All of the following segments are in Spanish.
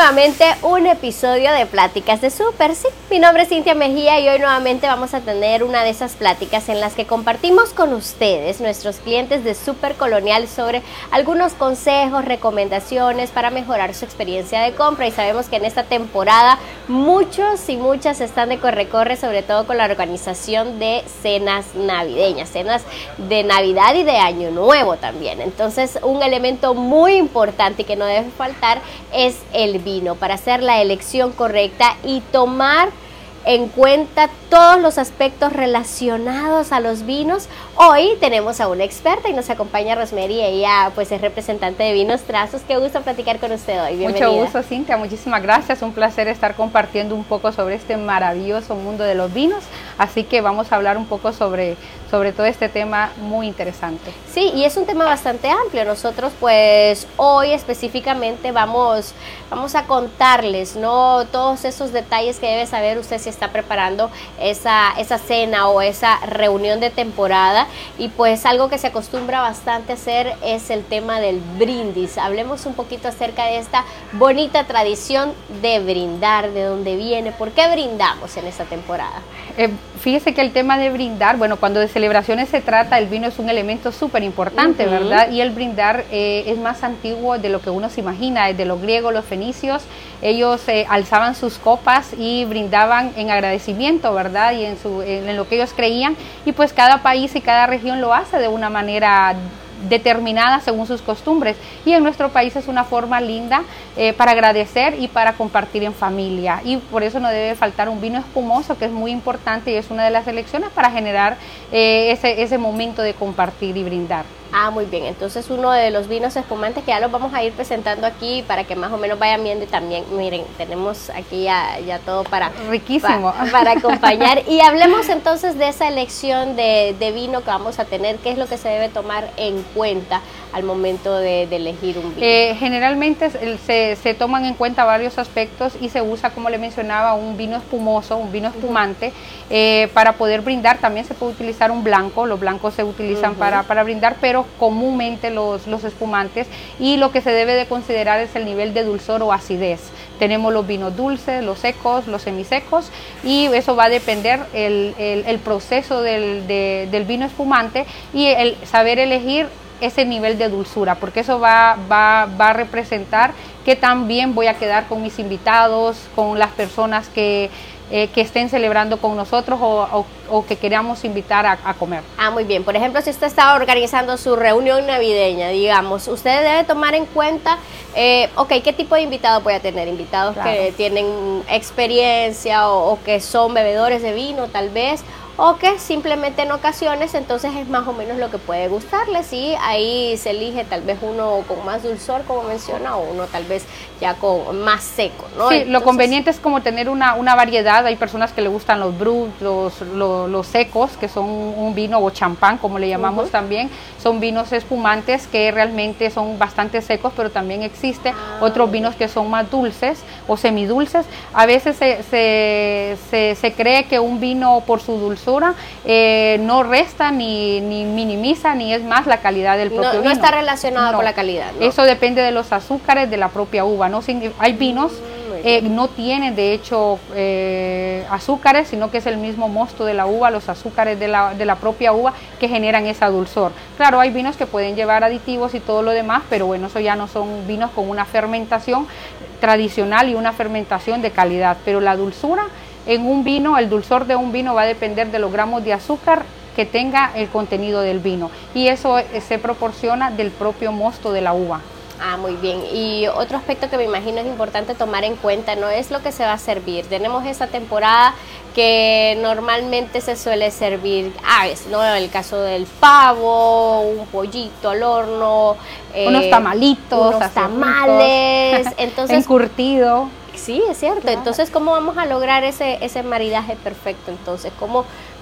nuevamente un episodio de Pláticas de Súper. Sí, mi nombre es Cintia Mejía y hoy nuevamente vamos a tener una de esas pláticas en las que compartimos con ustedes, nuestros clientes de Súper Colonial, sobre algunos consejos, recomendaciones para mejorar su experiencia de compra. Y sabemos que en esta temporada muchos y muchas están de corre-corre, sobre todo con la organización de cenas navideñas, cenas de Navidad y de Año Nuevo también. Entonces, un elemento muy importante y que no debe faltar es el vino, para hacer la elección correcta y tomar en cuenta todos los aspectos relacionados a los vinos. Hoy tenemos a una experta y nos acompaña Rosemary. Ella pues es representante de Vinos Trazos. Qué gusto platicar con usted hoy. Bienvenida. Mucho gusto, Cintia, muchísimas gracias. Un placer estar compartiendo un poco sobre este maravilloso mundo de los vinos. Así que vamos a hablar un poco sobre todo este tema muy interesante. Sí, y es un tema bastante amplio. Nosotros pues hoy específicamente vamos a contarles, ¿no?, todos esos detalles que debe saber usted si está preparando esa cena o esa reunión de temporada. Y pues algo que se acostumbra bastante a hacer es el tema del brindis. Hablemos un poquito acerca de esta bonita tradición de brindar, de dónde viene, por qué brindamos en esta temporada. Fíjese que el tema de brindar, bueno, cuando de celebraciones se trata, el vino es un elemento súper importante, ¿verdad? Y el brindar es más antiguo de lo que uno se imagina. Desde los griegos, los fenicios, ellos alzaban sus copas y brindaban en agradecimiento, ¿verdad? Y en lo que ellos creían. Y pues cada país y cada región lo hace de una manera determinada según sus costumbres, y en nuestro país es una forma linda para agradecer y para compartir en familia, y por eso no debe faltar un vino espumoso, que es muy importante y es una de las elecciones para generar ese momento de compartir y brindar. Ah, muy bien. Entonces uno de los vinos espumantes que ya los vamos a ir presentando aquí para que más o menos vayan viendo, y también miren, tenemos aquí ya todo para riquísimo para acompañar. Y hablemos entonces de esa elección de vino que vamos a tener. ¿Qué es lo que se debe tomar en cuenta al momento de elegir un vino? Generalmente se toman en cuenta varios aspectos y se usa, como le mencionaba, un vino espumoso, un vino espumante, para poder brindar. También se puede utilizar un blanco. Los blancos se utilizan para brindar, pero comúnmente los espumantes, y lo que se debe de considerar es el nivel de dulzor o acidez. Tenemos los vinos dulces, los secos, los semisecos, y eso va a depender el proceso del vino espumante y el saber elegir ese nivel de dulzura, porque eso va a representar que también voy a quedar con mis invitados, con las personas que estén celebrando con nosotros o que queramos invitar a comer. Ah, muy bien. Por ejemplo, si usted está organizando su reunión navideña, digamos, usted debe tomar en cuenta, ¿qué tipo de invitados voy a tener? Invitados, claro, que tienen experiencia o que son bebedores de vino, tal vez, o que simplemente en ocasiones, entonces es más o menos lo que puede gustarles, y ahí se elige tal vez uno con más dulzor, como menciona, o uno tal vez ya con más seco, ¿no? Sí, entonces, lo conveniente es como tener una variedad. Hay personas que le gustan los brut, los secos, que son un vino, o champán, como le llamamos también. Son vinos espumantes que realmente son bastante secos, pero también existe otros vinos que son más dulces o semidulces. A veces se cree que un vino, por su dulzura, no resta ni minimiza, ni es más la calidad del propio vino. No está relacionado con la calidad, ¿no? Eso depende de los azúcares de la propia uva, ¿no? Hay vinos no tienen de hecho azúcares, sino que es el mismo mosto de la uva, los azúcares de la propia uva, que generan esa dulzor. Claro, hay vinos que pueden llevar aditivos y todo lo demás, pero bueno, eso ya no son vinos con una fermentación tradicional y una fermentación de calidad. Pero la dulzura en un vino, el dulzor de un vino va a depender de los gramos de azúcar que tenga el contenido del vino, y eso se proporciona del propio mosto de la uva. Ah, muy bien. Y otro aspecto que me imagino es importante tomar en cuenta, no es lo que se va a servir. Tenemos esta temporada que normalmente se suele servir aves, ¿no? El caso del pavo, un pollito al horno, unos tamalitos, unos tamales, entonces encurtido. Sí, es cierto. Claro. Entonces, ¿cómo vamos a lograr ese maridaje perfecto? Entonces, ¿cómo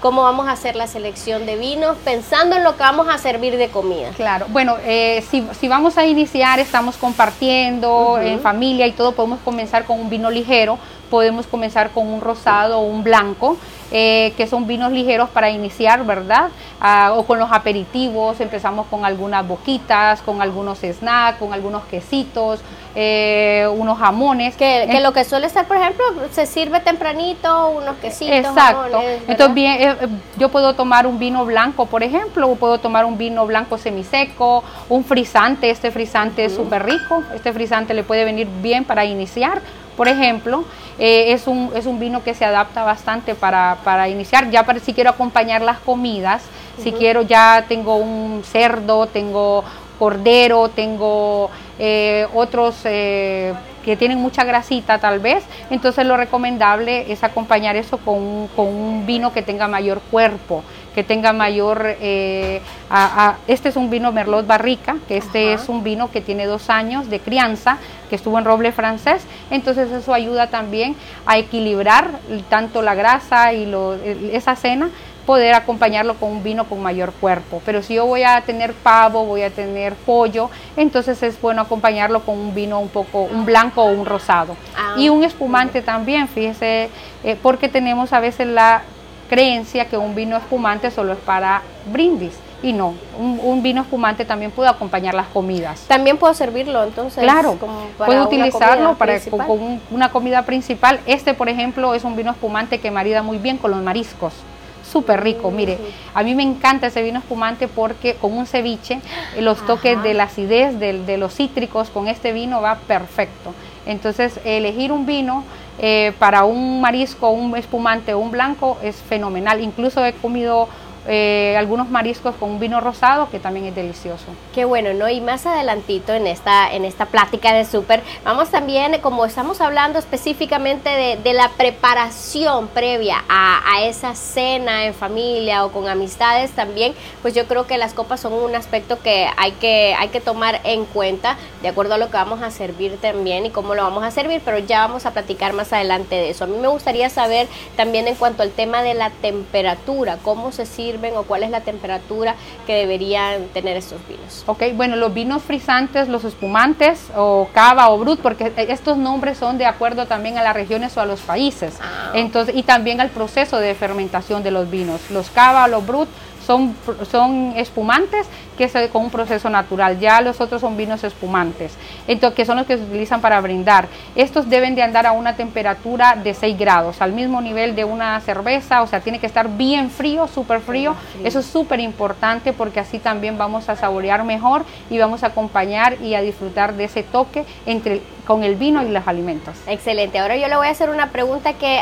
cómo vamos a hacer la selección de vinos, pensando en lo que vamos a servir de comida. Claro, bueno, si vamos a iniciar, estamos compartiendo en familia y todo, podemos comenzar con un vino ligero, podemos comenzar con un rosado o un blanco, que son vinos ligeros para iniciar, ¿verdad? O con los aperitivos, empezamos con algunas boquitas, con algunos snacks, con algunos quesitos, unos jamones. Que lo que suele ser, por ejemplo, se sirve tempranito, unos quesitos, exacto. jamones, entonces yo puedo tomar un vino blanco, por ejemplo, o puedo tomar un vino blanco semiseco, un frisante, este frisante es súper rico, este frisante le puede venir bien para iniciar. Por ejemplo, es un vino que se adapta bastante para iniciar. Ya si quiero acompañar las comidas, si quiero, ya tengo un cerdo, tengo cordero, tengo otros que tienen mucha grasita tal vez, entonces lo recomendable es acompañar eso con un vino que tenga mayor cuerpo, que tenga mayor, este es un vino Merlot Barrica, que es un vino que tiene 2 años de crianza, que estuvo en roble francés, entonces eso ayuda también a equilibrar tanto la grasa y esa cena, poder acompañarlo con un vino con mayor cuerpo. Pero si yo voy a tener pavo, voy a tener pollo, entonces es bueno acompañarlo con un vino un blanco o un rosado. Y un espumante también, fíjese, porque tenemos a veces la creencia que un vino espumante solo es para brindis. Y no, un vino espumante también puede acompañar las comidas. También puedo servirlo, entonces. Claro, puede utilizarlo con una comida principal. Este, por ejemplo, es un vino espumante que marida muy bien con los mariscos. Súper rico, mire, a mí me encanta ese vino espumante porque con un ceviche, los toques de la acidez de los cítricos con este vino va perfecto. Entonces, elegir un vino para un marisco, un espumante o un blanco es fenomenal. Incluso he comido algunos mariscos con un vino rosado que también es delicioso. Qué bueno, ¿no? Y más adelantito en esta plática de súper, vamos también, como estamos hablando específicamente de la preparación previa a esa cena en familia o con amistades también, pues yo creo que las copas son un aspecto que hay que tomar en cuenta de acuerdo a lo que vamos a servir también y cómo lo vamos a servir, pero ya vamos a platicar más adelante de eso. A mí me gustaría saber también en cuanto al tema de la temperatura, cómo se sirve o cuál es la temperatura que deberían tener estos vinos. Ok, bueno, los vinos frisantes, los espumantes o cava o brut, porque estos nombres son de acuerdo también a las regiones o a los países, entonces, y también al proceso de fermentación de los vinos. Los cava o los brut son espumantes que es con un proceso natural, ya los otros son vinos espumantes, entonces, que son los que se utilizan para brindar. Estos deben de andar a una temperatura de 6 grados, al mismo nivel de una cerveza, o sea, tiene que estar bien frío, súper frío. Eso es súper importante porque así también vamos a saborear mejor y vamos a acompañar y a disfrutar de ese toque con el vino y los alimentos. Excelente. Ahora yo le voy a hacer una pregunta que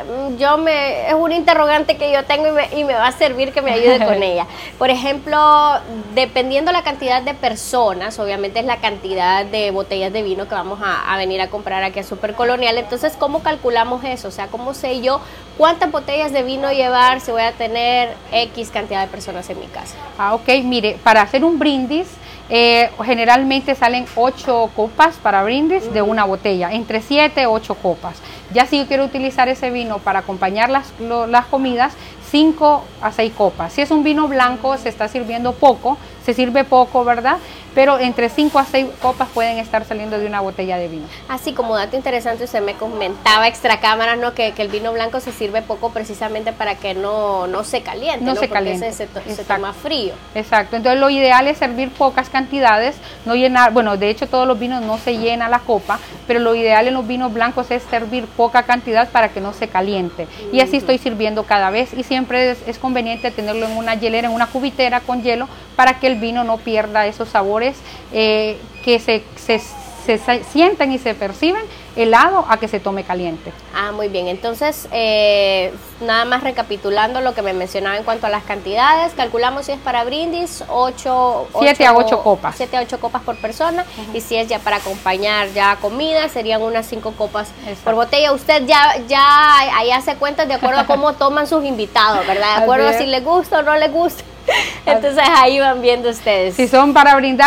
es un interrogante que yo tengo y me va a servir que me ayude con ella. Por ejemplo, dependiendo la cantidad de personas, obviamente es la cantidad de botellas de vino que vamos a venir a comprar aquí a Super Colonial. Entonces, ¿cómo calculamos eso? O sea, ¿cómo sé yo cuántas botellas de vino llevar si voy a tener X cantidad de personas en mi casa? Ok, mire, para hacer un brindis, generalmente salen 8 copas para brindis de una botella, entre 7 u 8 copas. Ya si yo quiero utilizar ese vino para acompañar las comidas, 5 a 6 copas. Si es un vino blanco, se está sirviendo poco, se sirve poco, ¿verdad? Pero entre 5 a 6 copas pueden estar saliendo de una botella de vino. Así como dato interesante, usted me comentaba extra cámaras, ¿no? Que el vino blanco se sirve poco precisamente para que no se caliente, ¿no? Se caliente. Porque se toma frío. Exacto. Entonces lo ideal es servir pocas cantidades, no llenar, bueno, de hecho todos los vinos no se llena la copa, pero lo ideal en los vinos blancos es servir poca cantidad para que no se caliente. Y así estoy sirviendo cada vez y siempre es conveniente tenerlo en una hielera, en una cubitera con hielo para que el vino no pierda esos sabores que se sienten y se perciben helado a que se tome caliente. Muy bien, entonces nada más recapitulando lo que me mencionaba en cuanto a las cantidades, calculamos si es para brindis 7 a 8 copas. 7 a 8 copas por persona, y si es ya para acompañar ya comida serían unas 5 copas por botella. Usted ya ahí hace cuentas de acuerdo a cómo toman sus invitados, ¿verdad? De acuerdo a si les gusta o no les gusta. Entonces ahí van viendo ustedes. Si son para brindar,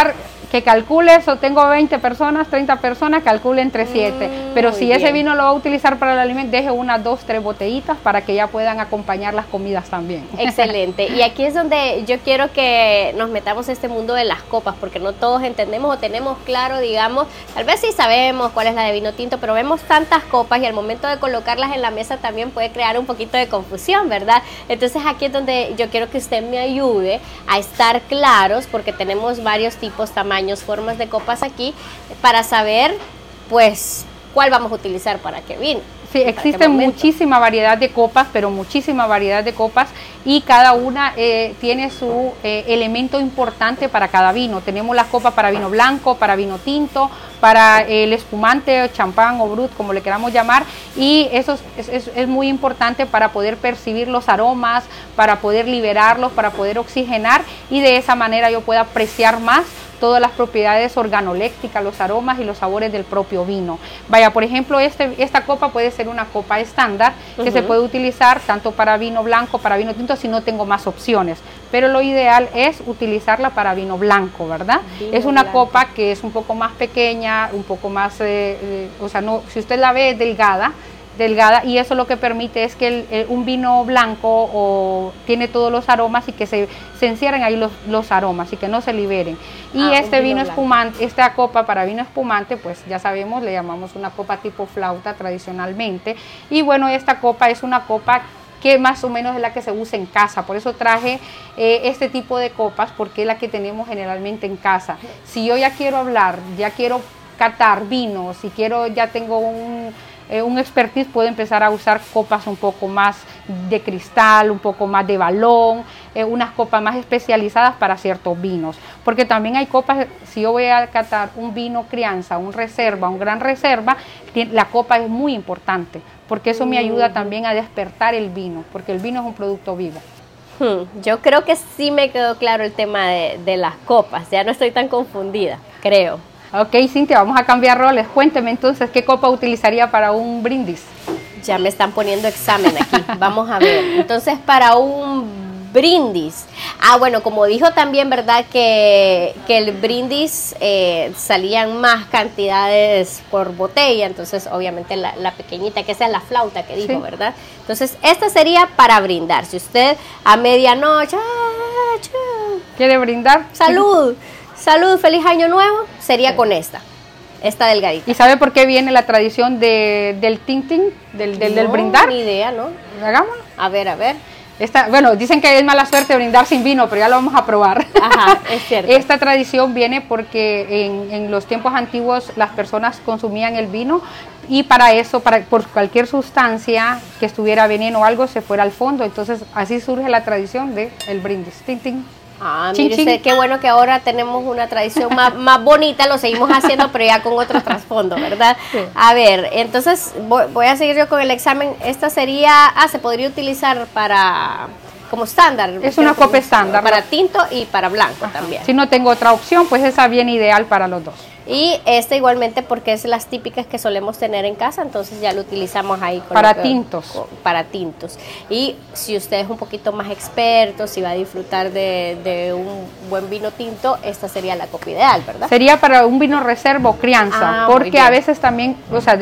que calcule, tengo 20 personas, 30 personas, calcule entre 7. Pero si ese vino lo va a utilizar para el alimento, deje unas 2, 3 botellitas para que ya puedan acompañar las comidas también. Excelente. Y aquí es donde yo quiero que nos metamos en este mundo de las copas, porque no todos entendemos o tenemos claro, digamos, tal vez sí sabemos cuál es la de vino tinto, pero vemos tantas copas y al momento de colocarlas en la mesa también puede crear un poquito de confusión, ¿verdad? Entonces aquí es donde yo quiero que usted me ayude a estar claros, porque tenemos varios tipos, tamaños, formas de copas aquí, para saber pues cuál vamos a utilizar para qué vino. Sí, existe muchísima variedad de copas, pero muchísima variedad de copas, y cada una tiene su elemento importante para cada vino. Tenemos las copas para vino blanco, para vino tinto, para el espumante, champán o brut, como le queramos llamar, y eso es muy importante para poder percibir los aromas, para poder liberarlos, para poder oxigenar, y de esa manera yo pueda apreciar más todas las propiedades organolépticas, los aromas y los sabores del propio vino. Vaya, por ejemplo, esta copa puede ser una copa estándar que se puede utilizar tanto para vino blanco, para vino tinto, si no tengo más opciones. Pero lo ideal es utilizarla para vino blanco, ¿verdad? Es una copa que es un poco más pequeña, un poco más, o sea, no, si usted la ve es delgada, y eso lo que permite es que un vino blanco tiene todos los aromas y que se encierren ahí los aromas y que no se liberen. Y este vino espumante, esta copa para vino espumante, pues ya sabemos, le llamamos una copa tipo flauta tradicionalmente. Y bueno, esta copa es una copa que más o menos es la que se usa en casa, por eso traje este tipo de copas, porque es la que tenemos generalmente en casa. Si yo ya quiero hablar, ya quiero catar vinos, si quiero, ya tengo un expertise, puedo empezar a usar copas un poco más de cristal, un poco más de balón, unas copas más especializadas para ciertos vinos, porque también hay copas, si yo voy a catar un vino crianza, un reserva, un gran reserva, la copa es muy importante, porque eso me ayuda también a despertar el vino, porque el vino es un producto vivo. Yo creo que sí me quedó claro el tema de las copas, ya no estoy tan confundida, creo. Ok, Cintia, vamos a cambiar roles. Cuénteme entonces, ¿qué copa utilizaría para un brindis? Ya me están poniendo examen aquí, vamos a ver. Entonces, para un brindis, bueno, como dijo también, ¿verdad? Que el brindis salían más cantidades por botella, entonces obviamente la pequeñita, que esa es la flauta que dijo, sí, ¿verdad? Entonces, esta sería para brindar. Si usted a medianoche quiere brindar, ¡salud! Salud, feliz año nuevo, sería con esta delgadita. ¿Y sabe por qué viene la tradición del tinting, del brindar? Ni idea, ¿no? Hagámoslo. A ver. Bueno, dicen que es mala suerte brindar sin vino, pero ya lo vamos a probar. Ajá, es cierto. Esta tradición viene porque en los tiempos antiguos las personas consumían el vino, y para eso, por cualquier sustancia que estuviera veneno o algo, se fuera al fondo. Entonces así surge la tradición del brindis. Tinting. Mire usted, qué bueno que ahora tenemos una tradición más bonita, lo seguimos haciendo, pero ya con otro trasfondo, ¿verdad? Sí. A ver, entonces voy a seguir yo con el examen. Esta sería, se podría utilizar como estándar. Es una copa estándar. Para tinto y para blanco también. Si no tengo otra opción, pues esa viene ideal para los dos. Y esta igualmente porque es las típicas que solemos tener en casa, entonces ya lo utilizamos ahí. Para tintos. Para tintos. Y si usted es un poquito más experto, si va a disfrutar de un buen vino tinto, esta sería la copa ideal, ¿verdad? Sería para un vino reserva o crianza, porque a veces también, o sea,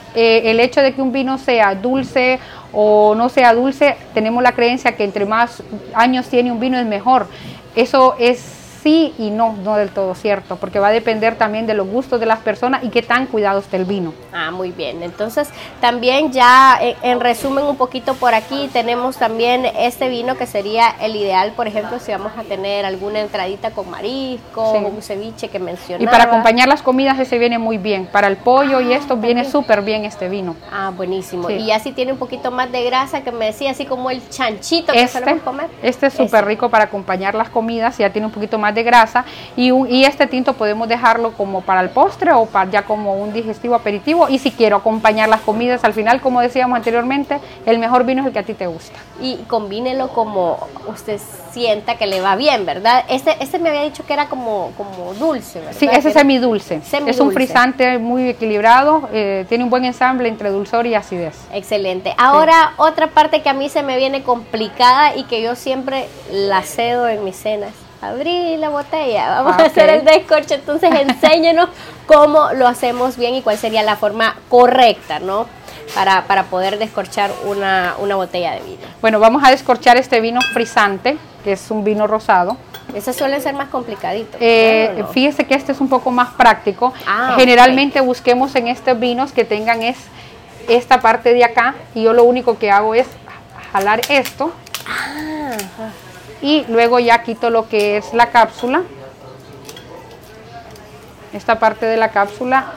el hecho de que un vino sea dulce o no sea dulce, tenemos la creencia que entre más años tiene un vino es mejor. Eso es sí y no del todo cierto, porque va a depender también de los gustos de las personas y qué tan cuidado esté el vino. Muy bien. Entonces, también ya en resumen un poquito por aquí, tenemos también este vino que sería el ideal, por ejemplo, si vamos a tener alguna entradita con marisco, sí, un ceviche que mencionaba. Y para acompañar las comidas ese viene muy bien, para el pollo y esto viene súper bien este vino. Buenísimo. Sí. Y ya si tiene un poquito más de grasa, que me decía, así como el chanchito que solemos comer. Este es súper rico para acompañar las comidas, ya tiene un poquito más de grasa, y este tinto podemos dejarlo como para el postre o ya como un digestivo aperitivo, y si quiero acompañar las comidas al final, como decíamos anteriormente, el mejor vino es el que a ti te gusta. Y combínelo como usted sienta que le va bien, ¿verdad? Este me había dicho que era como dulce, ¿verdad? Sí, ese es semidulce. Es un frisante muy equilibrado, tiene un buen ensamble entre dulzor y acidez. Excelente. Ahora, sí, otra parte que a mí se me viene complicada y que yo siempre la cedo en mis cenas. abrir la botella, vamos Ah, a hacer ok. el descorche. Entonces enséñenos cómo lo hacemos bien y cuál sería la forma correcta, ¿no? Para poder descorchar una botella de vino. Bueno, vamos a descorchar este vino frisante, que es un vino rosado. Esos suelen ser más complicaditos. ¿no? Fíjese que este es un poco más práctico. Ah, Generalmente busquemos en estos vinos que tengan esta parte de acá, y yo lo único que hago es jalar esto y luego ya quito lo que es la cápsula, esta parte de la cápsula,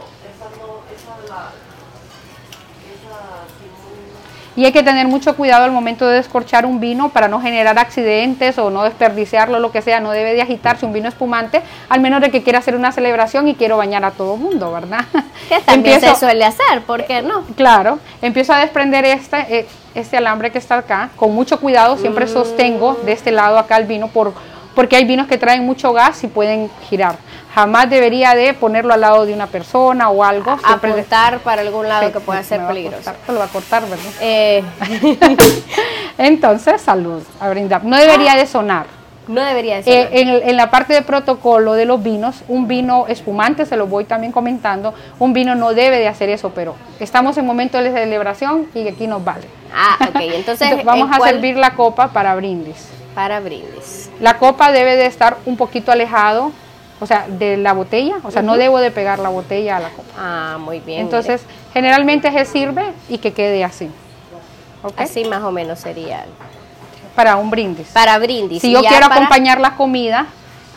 y hay que tener mucho cuidado al momento de descorchar un vino para no generar accidentes o no desperdiciarlo, lo que sea. No debe de agitarse un vino espumante, al menos de que quiera hacer una celebración y quiero bañar a todo mundo, ¿verdad? Que también se suele hacer, ¿por qué no? Claro, empiezo a desprender este alambre que está acá, con mucho cuidado, siempre sostengo de este lado acá el vino, porque hay vinos que traen mucho gas y pueden girar. Jamás debería de ponerlo al lado de una persona o algo. Siempre Apuntar para algún lado Sí, que pueda ser peligroso. Lo va a cortar, ¿verdad? No Entonces, salud, a brindar. No debería de sonar. debería de ser. En la parte de protocolo de los vinos, un vino espumante, se lo voy también comentando, un vino no debe de hacer eso, pero estamos en momento de celebración y aquí nos vale. Ok, entonces vamos a servir la copa para brindis. Para brindis. La copa debe de estar un poquito alejado, o sea, de la botella, o sea, no debo de pegar la botella a la copa. Muy bien. Entonces, generalmente se sirve y que quede así. ¿Ok? Así más o menos sería. Para un brindis. Para brindis. Si y yo ya quiero acompañar la comida,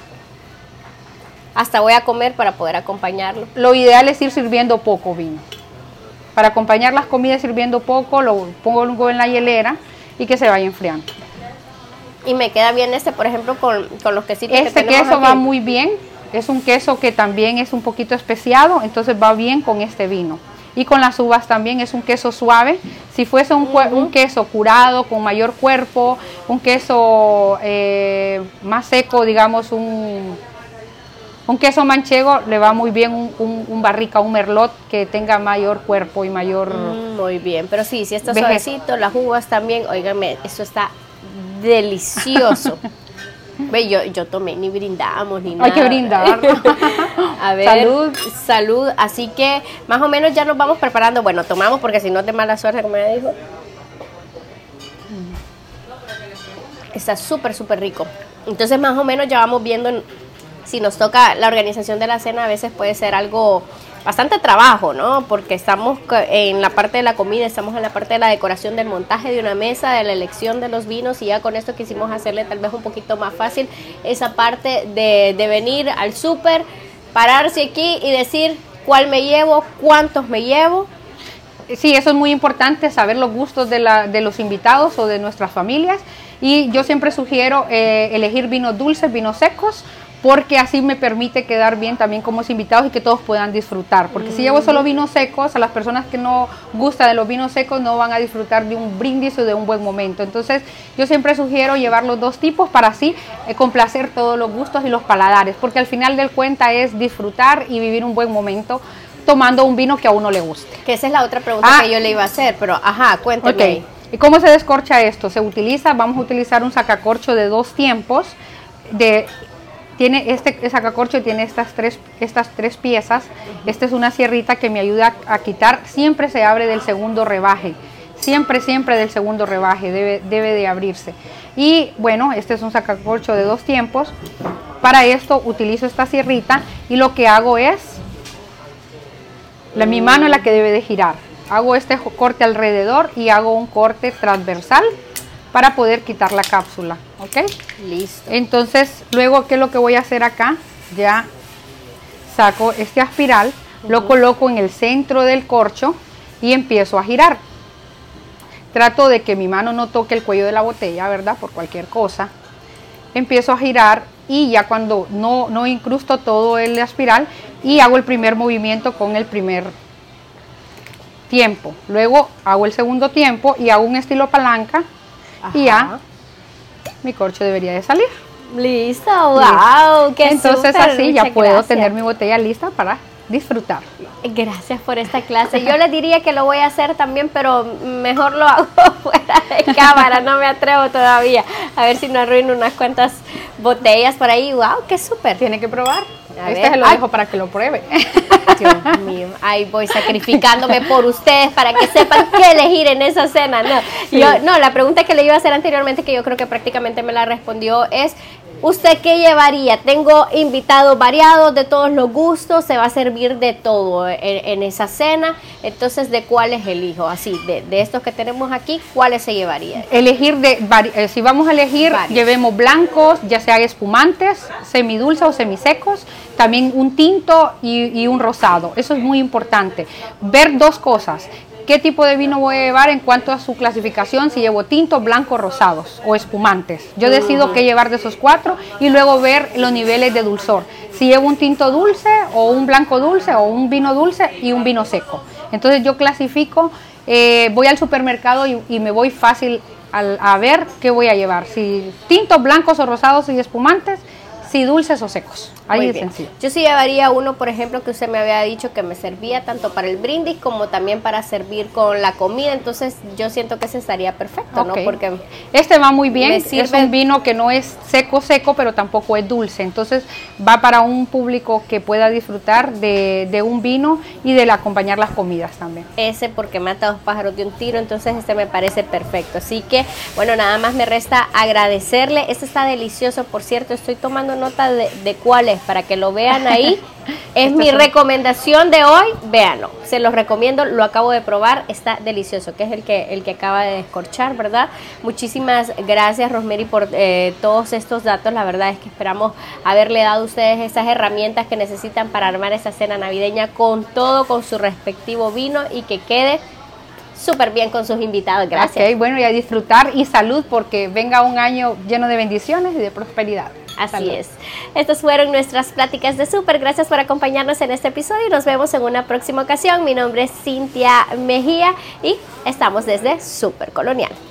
hasta voy a comer para poder acompañarlo. lo ideal es ir sirviendo poco vino. Para acompañar las comidas sirviendo poco, lo pongo luego en la hielera y que se vaya enfriando. Y me queda bien por ejemplo, con los quesitos que Este tenemos queso aquí. va muy bien, es un queso que también es un poquito especiado, entonces va bien con este vino. Y con las uvas también es un queso suave. Si fuese un queso curado, con mayor cuerpo, un queso más seco, digamos un queso manchego, le va muy bien un barrica, un merlot que tenga mayor cuerpo y mayor... Muy bien, pero sí, si está Vejez. suavecito, las uvas también, óigame, eso está delicioso. Ve, yo tomé, ni brindamos, ni nada. Hay que brindar. A ver, Salud. salud. Así que más o menos ya nos vamos preparando. Bueno, tomamos porque si no es de mala suerte, como ella dijo. Está súper, súper rico. Entonces más o menos ya vamos viendo si nos toca la organización de la cena. A veces puede ser algo bastante trabajo, ¿no? Porque estamos en la parte de la comida, estamos en la parte de la decoración, del montaje de una mesa, de la elección de los vinos, y ya con esto quisimos hacerle tal vez un poquito más fácil esa parte de venir al súper, pararse aquí y decir cuál me llevo, cuántos me llevo. Sí, eso es muy importante, saber los gustos de los invitados o de nuestras familias. Y yo siempre sugiero elegir vinos dulces, vinos secos, porque así me permite quedar bien también como los invitados y que todos puedan disfrutar. Porque si llevo solo vinos secos, a las personas que no gustan de los vinos secos no van a disfrutar de un brindis o de un buen momento. Entonces yo siempre sugiero llevar los dos tipos para así complacer todos los gustos y los paladares, porque al final del cuenta es disfrutar y vivir un buen momento tomando un vino que a uno le guste. Que esa es la otra pregunta que yo le iba a hacer, pero cuénteme. Ok. ¿Y cómo se descorcha esto? Vamos a utilizar un sacacorcho de 2 tiempos. El sacacorcho tiene estas tres piezas. Esta es una sierrita que me ayuda a quitar. Siempre se abre del segundo rebaje. Siempre del segundo rebaje debe de abrirse. Y bueno, este es un sacacorcho de 2 tiempos. Para esto utilizo esta sierrita y lo que hago es, mi mano es la que debe de girar. Hago este corte alrededor y hago un corte transversal para poder quitar la cápsula, ¿ok? Listo. Entonces, luego, ¿qué es lo que voy a hacer acá? Ya saco este aspiral, lo coloco en el centro del corcho y empiezo a girar. Trato de que mi mano no toque el cuello de la botella, ¿verdad? Por cualquier cosa. Empiezo a girar y ya cuando no incrusto todo el aspiral y hago el primer movimiento con el primer tiempo. Luego hago el segundo tiempo y hago un estilo palanca. Y ya mi corcho debería de salir. Listo, wow, qué Entonces súper, así ya muchas puedo gracias. tener mi botella lista para disfrutar. Gracias por esta clase. Yo les diría que lo voy a hacer también, pero mejor lo hago fuera de cámara, no me atrevo todavía. A ver si no arruino unas cuantas botellas por ahí. ¡Wow! ¡Qué súper! Tiene que probar. A Este ver. se lo dejo para que lo pruebe. Dios mío, ahí voy sacrificándome por ustedes para que sepan qué elegir en esa cena. No, Sí. la pregunta que le iba a hacer anteriormente, que yo creo que prácticamente me la respondió, es ¿usted qué llevaría? Tengo invitados variados de todos los gustos, se va a servir de todo en esa cena, entonces ¿de cuáles elijo? Así, de estos que tenemos aquí, ¿cuáles se llevaría? Elegir si vamos a elegir, Varios. llevemos blancos, ya sea espumantes, semidulces o semisecos, también un tinto y un rosado. Eso es muy importante. Ver dos cosas. ¿Qué tipo de vino voy a llevar en cuanto a su clasificación? Si llevo tinto, blanco, rosados o espumantes. Yo decido qué llevar de esos 4 y luego ver los niveles de dulzor. Si llevo un tinto dulce o un blanco dulce o un vino dulce y un vino seco. Entonces yo clasifico, voy al supermercado y me voy fácil a ver qué voy a llevar. Si tintos, blancos o rosados y espumantes, si dulces o secos. Ahí Muy es bien. sencillo. Yo sí llevaría uno, por ejemplo, que usted me había dicho que me servía tanto para el brindis como también para servir con la comida, entonces yo siento que ese estaría perfecto, ¿no? Ok. Porque Este va muy bien, me es sirve- un vino que no es seco, pero tampoco es dulce, entonces va para un público que pueda disfrutar de un vino y de acompañar las comidas también. ese porque mata 2 pájaros de un tiro, entonces este me parece perfecto. Así que, bueno, nada más me resta agradecerle. Este está delicioso, por cierto, estoy tomando nota de cuál es, para que lo vean ahí. Es mi recomendación de hoy, véanlo, se los recomiendo, lo acabo de probar, está delicioso, que es el que acaba de descorchar, ¿verdad? Muchísimas gracias, Rosemary, por todos estos datos. La verdad es que esperamos haberle dado a ustedes esas herramientas que necesitan para armar esa cena navideña con todo, con su respectivo vino y que quede súper bien con sus invitados. Gracias. Ok, bueno, y a disfrutar y salud porque venga un año lleno de bendiciones y de prosperidad. Así Salud. es. Estas fueron nuestras pláticas de súper. Gracias por acompañarnos en este episodio y nos vemos en una próxima ocasión. Mi nombre es Cintia Mejía y estamos desde Súper Colonial.